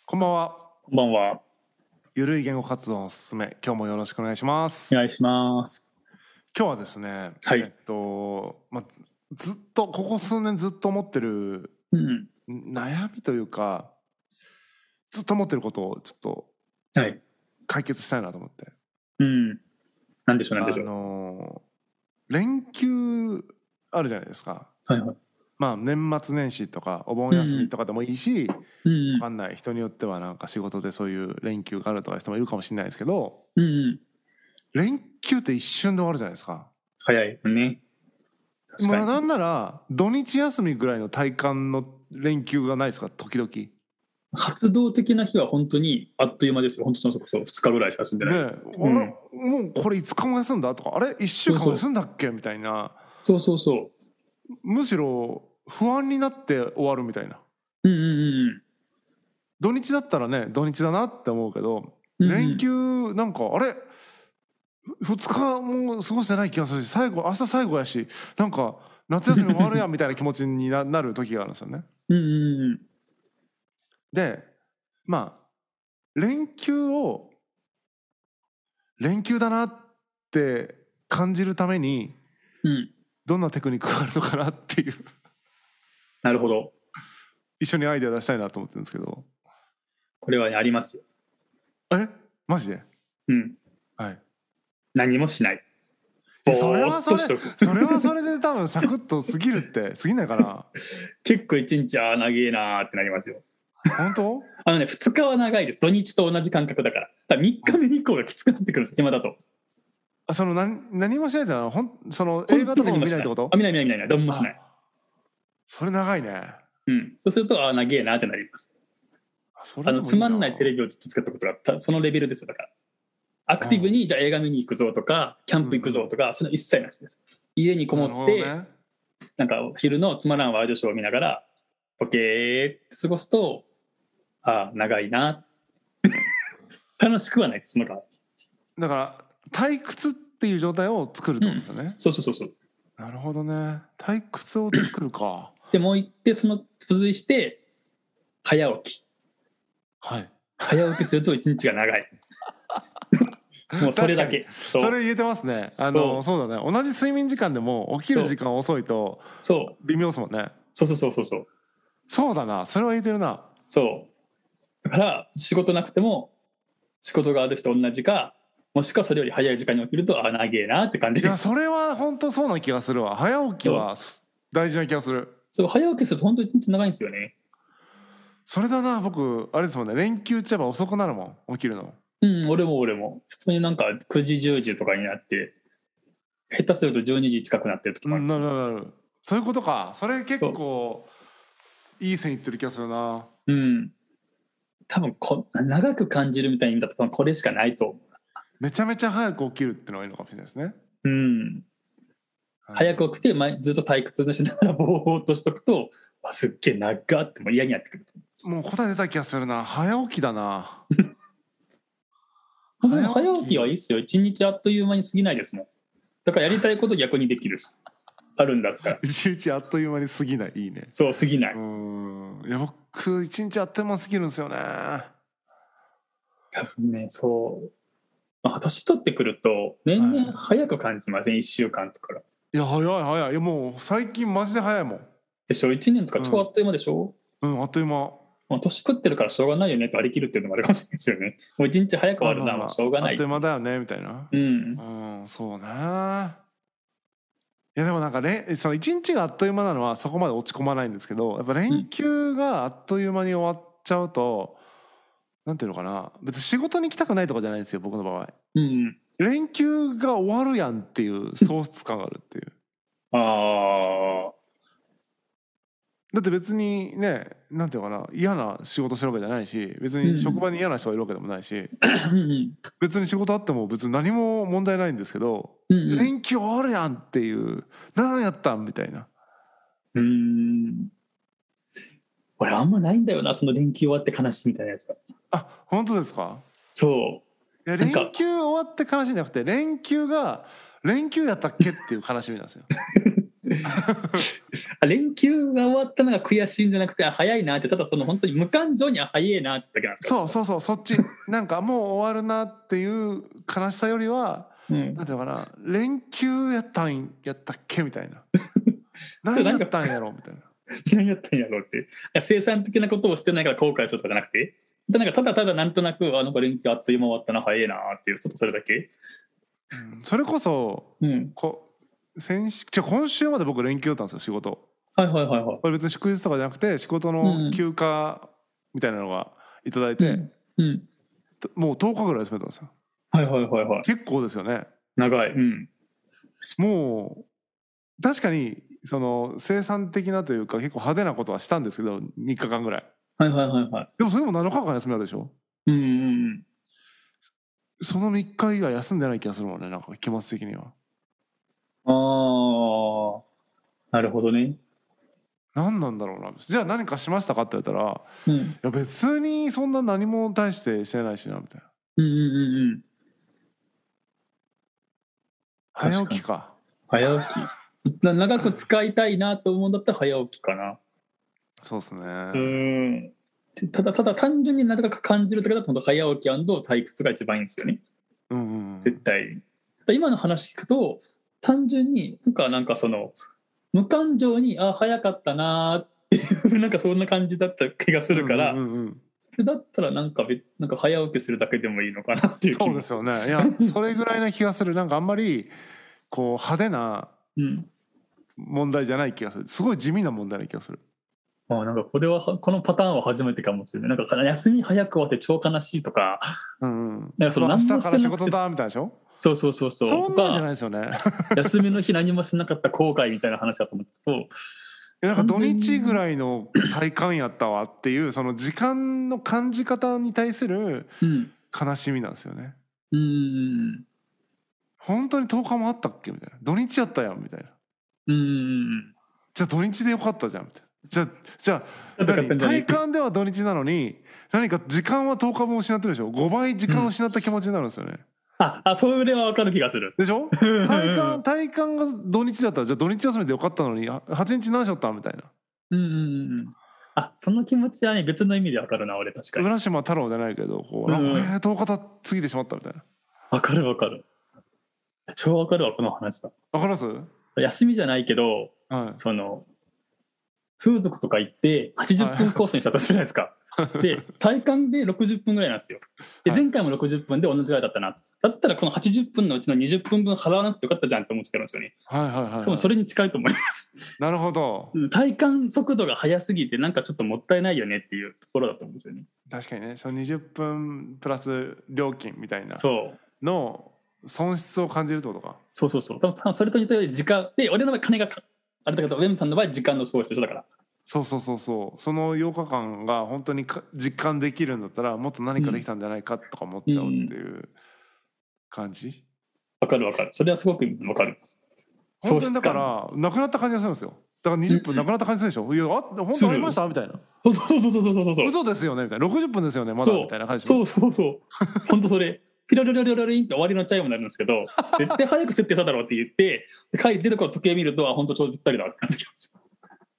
こんばんは。 こんばんは。 ゆるい言語活動のおすすめ、今日もよろしくお願いします。 お願いします。 今日はですね、 はい。 ずっとここ数年ずっと思ってる悩みというか、ずっと思ってることをちょっとはい。 解決したいなと思って。 なんでしょう。 連休あるじゃないですか。 はいはい。 まあ年末年始とかお盆休みとかでもいいし、わかんない、人によってはなんか仕事でそういう連休があるとか人もいるかもしれないですけど、連休って一瞬で終わるじゃないですか。 早いね。確かに。 なんなら土日休みぐらいの体感の連休がないですか、時々。 活動的な日は本当にあっという間ですよ。本当そのこそ2日ぐらいしか休んでない。 ねえ、もうこれ5日も休んだとか、あれ1週間も休んだっけみたいな。 そう。 むしろ不安になって終わるみたいな。土日だったらね、土日だなって思うけど、連休なんかあれ2日も過ごしてない気がするし、明日最後やし、なんか夏休み終わるやんみたいな気持ちになる時があるんですよね。で、まあ連休だなって感じるために、どんなテクニックがあるのかなっていうなるほど。 一緒にアイデア出したいなと思ってるんですけど。 これはね、ありますよ。 マジで？はい。 何もしない。 それはそれで多分サクッと過ぎないかな。 結構一日長えなってなりますよ。 本当 ？2日は長いです。土日と同じ感覚だから。3日目以降がきつくなってくるんです、暇だと。 何もしないってのは映画とかも見ないってこと？ 見ない。どんもしない。 それ長いね。 そうすると長えなってなります。つまんないテレビをずっとつけたことがあった、そのレベルですよ。だからアクティブにじゃあ映画見に行くぞとかキャンプ行くぞとか、その一切なしです。家にこもって、なんか昼のつまらんワイドショーを見ながらポケーって過ごすと、長いな楽しくはないです。その代わりだから退屈っていう状態を作るってことですよね。 そう。 なるほどね。退屈を作るか。 でもう一てその付随して早起き。早起きすると一日が長い。もうそれだけ。 それ言えてますね。そうだね。同じ睡眠時間でも起きる時間遅いと微妙ですもんね。 そう。 そうだな。それは言えてるな。 だから仕事なくても仕事がある人同じか、もしくはそれより早い時間に起きると長えなって感じです。 いや、それは本当そうな気がするわ。早起きは大事な気がする。 早起きすると本当に一日長いんですよね。 それだな。僕あれですもんね、連休中は遅くなるもん、起きるの。 俺も普通になんか9時10時とかになって、下手すると12時近くなってる時もあるし。 なる。そういうことか。それ結構いい線いってる気がするな。 多分長く感じるみたいな意味だとこれしかないと思う。 めちゃめちゃ早く起きるっていうのがいいのかもしれないですね。 早く起きてずっと退屈にしながらぼーっとしとくと、すっげえ長ってもう嫌になってくる。 もう答え出た気がするな。早起きだな。 早起きはいいっすよ。一日あっという間に過ぎないですもん。だからやりたいこと逆にできるし、あるんだったら。 一日あっという間に過ぎない。いいね。 そう、過ぎない。 いや、僕一日あっという間に過ぎるんですよね。 多分ね、年取ってくると年々早く感じません？1週間とかが。 いや、早い。いや、もう最近マジで早いもん。 でしょ。1年とか超あっという間でしょ。 あっという間。 年食ってるからしょうがないよねと割り切るっていうのもあるかもしれないですよね。もう1日早く終わるのはもうしょうがない。 あっという間だよねみたいな。そうね。いやでもなんかその1日があっという間なのはそこまで落ち込まないんですけど、やっぱ連休があっという間に終わっちゃうと、なんていうのかな、別に仕事に行きたくないとかじゃないんですよ、僕の場合。連休が終わるやんっていう喪失感があるっていう。だって別にね、なんていうのかな、嫌な仕事してるわけじゃないし、別に職場に嫌な人がいるわけでもないし、別に仕事あっても別に何も問題ないんですけど、連休終わるやんっていう、何やったんみたいな。 俺あんまないんだよな、その連休終わって悲しいみたいなやつが。 本当ですか？ そう。 いや、連休終わって悲しいんじゃなくて、連休やったっけっていう悲しみなんですよ。 連休が終わったのが悔しいんじゃなくて早いなって、ただその本当に無感情には早いなってだけなんですか。 そうそっちなんかもう終わるなっていう悲しさよりは、なんていうのかな、連休やったっけみたいな何やったんやろみたいな何やったんやろうって、生産的なことをしてないから後悔するとかじゃなくて、なんかただただなんとなくなんか連休あっという間終わったな早いなっていう、ちょっとそれだけ、 それこそ、今週まで僕連休だったんですよ、仕事。 はいはいはいはい。 これ別に祝日とかじゃなくて仕事の休暇みたいなのがいただいて、もう10日ぐらい休めたんですよ。 はいはいはいはい。 結構ですよね。 長い。 もう確かにその生産的なというか結構派手なことはしたんですけど、3日間ぐらい。 はいはいはいはい。 でもそれでも7日間休みあるでしょ。その3日以外休んでない気がするもんね、なんか気持ち的には。 なるほどね。 何なんだろうな。じゃあ何かしましたかって言ったら、いや別にそんな何も大してしてないしなみたいな。早起きか。 早起き。長く使いたいなと思うんだったら早起きかな。 そうですね。 ただ単純に長く感じるときだと本当早起き&退屈が一番いいんですよね。絶対。今の話聞くと単純になんかその無感情に早かったなっていうなんかそんな感じだった気がするから、それだったらなんか早起きするだけでもいいのかなっていう気も。 そうですよね。いやそれぐらいな気がする。なんかあんまりこう派手な問題じゃない気がする。すごい地味な問題な気がする。 なんかこのパターンは初めてかもしれない。なんか休み早く終わって超悲しいとか、 なんかその明日から仕事だみたいでしょ。 そうそんなんじゃないですよね。 休みの日何もしなかった後悔みたいな話だと思うと、 なんか土日ぐらいの体感やったわっていうその時間の感じ方に対する悲しみなんですよね。本当に10日もあったっけみたいな。土日やったやんみたいな。じゃあ土日でよかったじゃんみたいな。じゃあ体感では土日なのに何か時間は10日分失ってるでしょ。5倍時間を失った気持ちになるんですよね。 それは分かる気がするでしょ。体感が土日だったらじゃあ土日休みでよかったのに8日何しよったみたいな。 その気持ちはね別の意味で分かるな俺。確かに浦島太郎じゃないけどこう10日過ぎてしまったみたいな。 分かる超分かるわこの話は。 分かります。 休みじゃないけど、その風俗とか行って80分コースにしたとするじゃないですか。で体感で60分ぐらいなんですよ。で前回も60分で同じぐらいだったな。だったらこの80分のうちの20分分払わなくてよかったじゃんって思ってるんですよね。多分それに近いと思います。 なるほど。 体感速度が速すぎてなんかちょっともったいないよねっていうところだと思うんですよね。 確かにね。その20分プラス料金みたいなの損失を感じるってことか。 そう多分それと似たように時間で、俺の場合金があれだけどウェムさんの場合時間の損失でしょ。だからそうその8日間が本当に実感できるんだったらもっと何かできたんじゃないかとか思っちゃうっていう感じ。 わかるそれはすごくわかる。 本当にだからなくなった感じがするんですよ。だから20分なくなった感じするでしょ。いや本当ありましたみたいな。 そう嘘ですよねみたいな。60分ですよねまだみたいな感じ。 そう本当それピロリロリロリンって終わりのチャイムになるんですけど絶対早く設定しただろうって言って帰って出てこう時計見ると本当ちょうどぴったりだって感じがします。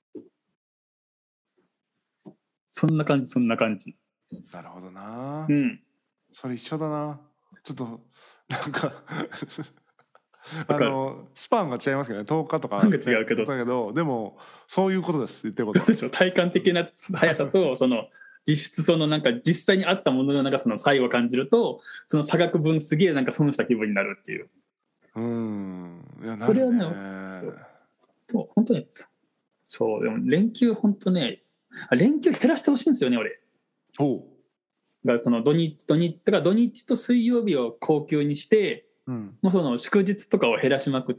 そんな感じ。 なるほどな。それ一緒だな。ちょっとなんかスパンが違いますけどね。10日とかなんか違うけどでもそういうことです。言ってることでしょ。体感的な速さとその実質そのなんか実際にあったもののなんかその差異を感じるとその差額分すげえなんか損した気分になるっていう。 いやそれはねそう本当にそう。でも連休本当ね連休減らしてほしいんですよね俺。だからその土日と水曜日を高級にして、もうその祝日とかを減らしまくって、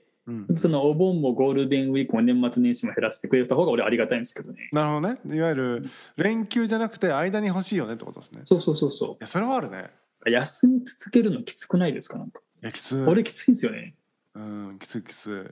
そのお盆もゴールデンウィークも年末年始も減らしてくれた方が俺ありがたいんですけどね。 なるほどね。いわゆる連休じゃなくて間に欲しいよねってことですね。 そういやそれはあるね。 休み続けるのきつくないですか。なんかいやきつい。 俺きついんですよね。 きつい。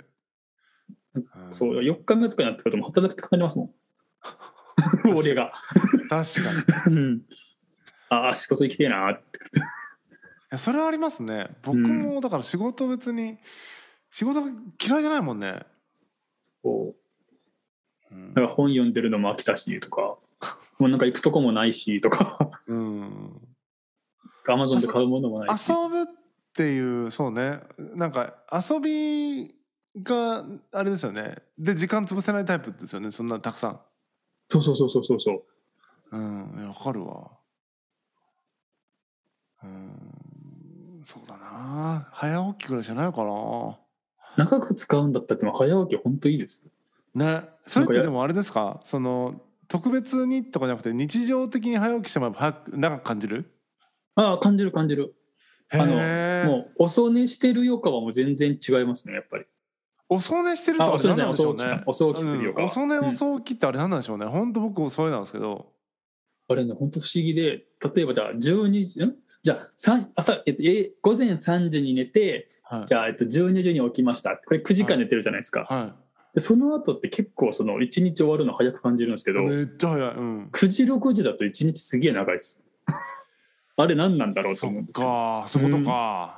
そう4日目とかになってくるともう働きたくなりますもん俺が確かに仕事行きてえなって。いやそれはありますね。僕もだから仕事が嫌いじゃないもんね。 こうなんか本読んでるのも飽きたしとかもうなんか行くとこもないしとかアマゾンで買うものもないし遊ぶっていうそうねなんか遊びがあれですよねで時間潰せないタイプですよねそんなたくさんそう分かるわそうだな早起きぐらいじゃないかな長く使うんだったって早起き本当いいですねそれってでもあれですかその特別にとかじゃなくて日常的に早起きしても早く長く感じる感じるもう遅寝してるよかはもう全然違いますねやっぱり遅寝してるとあれ何なんでしょうね遅起きするよか遅寝遅起きってあれ何なんでしょうね本当僕それなんですけどあれね本当不思議で例えばじゃあ12時じゃあ朝、午前3時に寝て、はい、じゃあ、12時に起きましたこれ9時間寝てるじゃないですか、でその後って結構その1日終わるの早く感じるんですけどめっちゃ早い、 9時6時だと1日すげえ長いですあれ何なんだろうと思うんですけどそういうことか、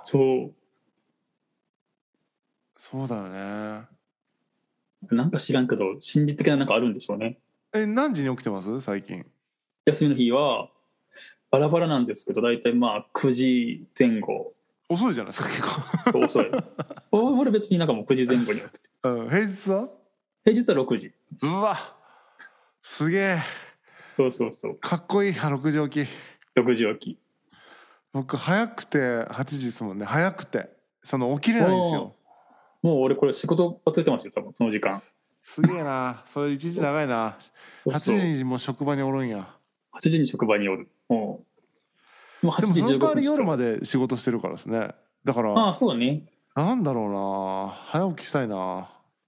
そうだよねなんか知らんけど心理的ななんかあるんでしょうね何時に起きてます最近休みの日はバラバラなんですけど大体まあ9時前後遅いじゃないですか結構そう遅い俺別になんかもう9時前後に起きて、 平日は 6時うわすげえそうかっこいい6時起き 6時起き僕早くて8時ですもんね早くてその起きれないんですよもう俺これ仕事忘れてますよ多分その時間すげえなそれ1日長いな8時にもう職場におるんや 8時に職場におるもう8時15分でもその代わり夜まで仕事してるからですねだからそうだねなんだろうな早起きしたいな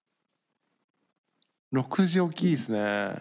6時起きいいですね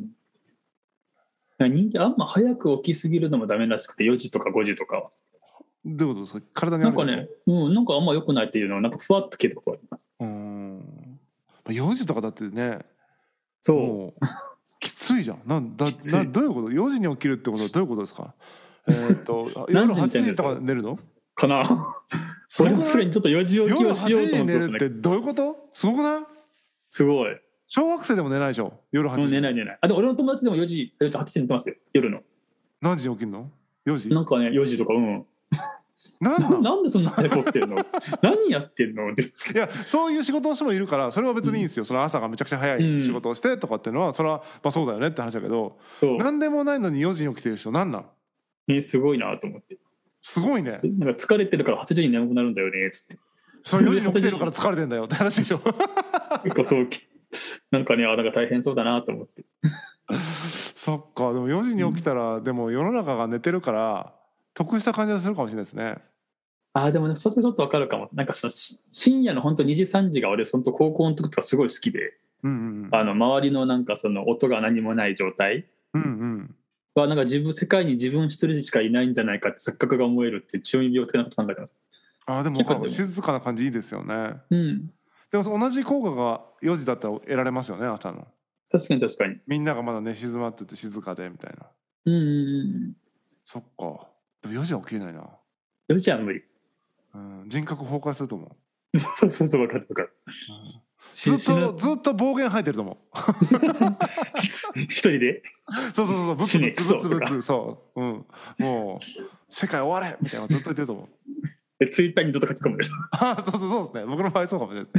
人間あんま早く起きすぎるのもダメらしくて4時とか5時とかはどういうことですか体にあるのなんかねなんかあんま良くないっていうのはなんかふわっと聞いたことあります 4時とかだってねそうきついじゃんどういうこと4時に起きるってことはどういうことですか夜8時とか寝るのかな俺もすでにちょっと4時起きをしようと思って夜8時に寝るってどういうことすごくないすごい小学生でも寝ないでしょ夜8時寝ないでも俺の友達でも8時に寝てますよ夜の何時に起きるの4時なんかね4時とかなんでそんな早く起きてるの何やってんのいやそういう仕事の人もいるからそれは別にいいんですよ、その朝がめちゃくちゃ早い仕事をしてとかっていうのはそれはまあそうだよねって話だけど何でもないのに4時に起きてる人何なんすごいなと思ってすごいねなんか疲れてるから8時に眠くなるんだよねっつってそう4時に起きてるから疲れてんだよって話でしょ結構そうなんかねなんか大変そうだなと思ってそっかでも4時に起きたら、でも世の中が寝てるから得した感じがするかもしれないですねでもねそれちょっと分かるかもなんかその深夜の本当2時3時が俺本当高校の時とかすごい好きで、周りのなんかその音が何もない状態はなんか世界に自分一人しかいないんじゃないかって錯覚が思えるって中二病的なこと考えてますでも静かな感じいいですよねでも同じ効果が4時だったら得られますよね朝の確かにみんながまだ寝静まってて静かでみたいなそっかでも4時は起きれないな 4時は無理人格崩壊すると思うそう分かるずっと暴言吐いてると思う一人でそうブツブツそうもう世界終われみたいなずっと言ってると思うツイッターにずっと書き込むでしょそうですね僕の場合そうかもしれない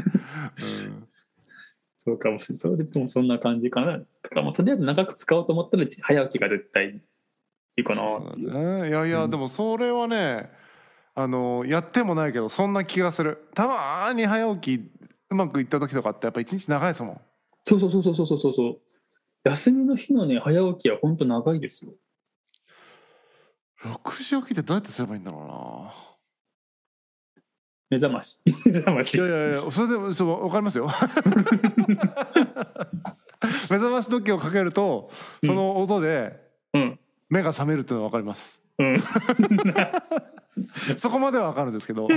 そうかもしれないそれでもそんな感じかなだからもうとりあえず長く使おうと思ったら早起きが絶対いいかなっていういやでもそれはねやってもないけどそんな気がするたまに早起きうまくいった時とかってやっぱ一日長いですもんそう休みの日のね早起きは本当長いですよ 6時起きってどうやってすればいいんだろうな目覚ましいやそれで分かりますよ目覚まし時計をかけるとその音で目が覚めるっていうのは分かりますそこまでは分かるんですけど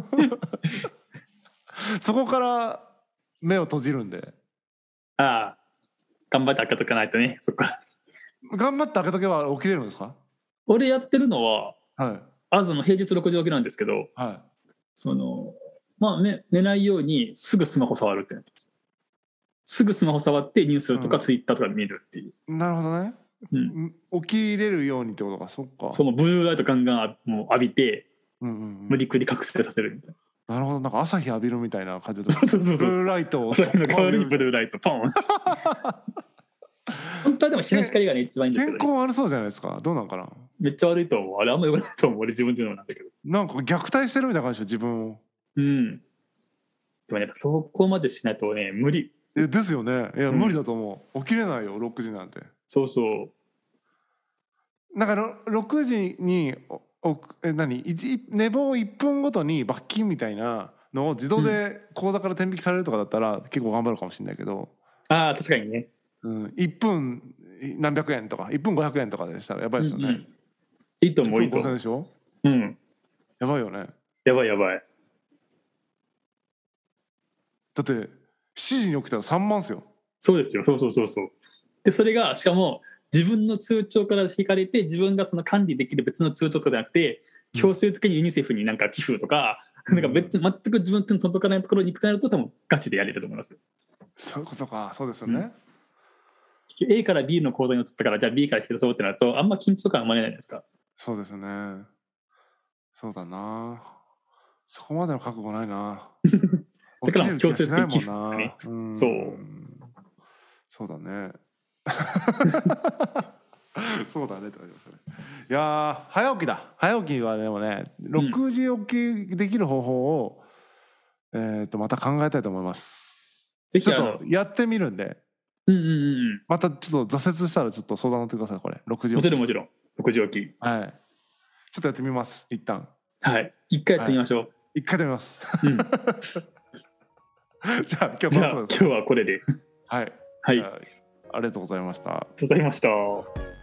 そこから目を閉じるんで頑張って開けとかないとねそっか頑張って開けとけば起きれるんですか俺やってるのは平日6時起きなんですけど寝ないようにすぐスマホ触るってなってますすぐスマホ触ってニュースとかツイッターとか見るっていう、 なるほどね、起きれるようにってことか。そっか。 そのブルーライトガンガンもう浴びて、無理くり覚醒させるみたいな。なるほど。なんか朝日浴びるみたいな感じでそうブルーライトを朝日の代わりにブルーライトポンって本当はでも日の光がね一番いいんですけど、ね、 健康悪そうじゃないですか。どうなんかな。 めっちゃ悪いと思う。あれあんま良くないと思う。俺自分で言うのなんだけど、 なんか虐待してるみたいな感じでしょ自分を。 でもねそこまでしないとね無理ですよね。いや、無理だと思う。起きれないよ6時なんて。 そうそう。 なんか6時に寝坊1分ごとに罰金みたいなのを自動で口座から転引きされるとかだったら結構頑張るかもしれないけど、 確かにね、 1分何百円とか1分500円とかでしたらやばいですよね。 いいと思う。いいと思う。 でしょ。やばいよね。 やばいやばい。 だって7時に起きたら3万っすよ。 そうですよ。そうでそれがしかも自分の通帳から引かれて自分がその管理できる別の通帳とかじゃなくて強制的にユニセフになんか寄付とか、なんか別に全く自分の手の届かないところに行くとなると多分ガチでやれると思いますよ。 そういうことか。そうですよね、 A から B の口座に移ったからじゃあ B から引き出そうってなるとあんま緊張感生まれないじゃないですか。 そうですね。そうだな。そこまでの覚悟ないな。 だから強制的寄付ね。 そうだね。そうだねって言われましたね。いや早起きだ。早起きはでもね6時起きできる方法を、また考えたいと思います。ぜひちょっとやってみるんで、またちょっと挫折したらちょっと相談乗ってください。これ6時起き。 もちろん6時起き。 はい。ちょっとやってみます一旦。 はい。一回やってみましょう。 一回やってみます。じゃあ今日はこれで。 はい。 はい。 ありがとうございました。 ありがとうございました。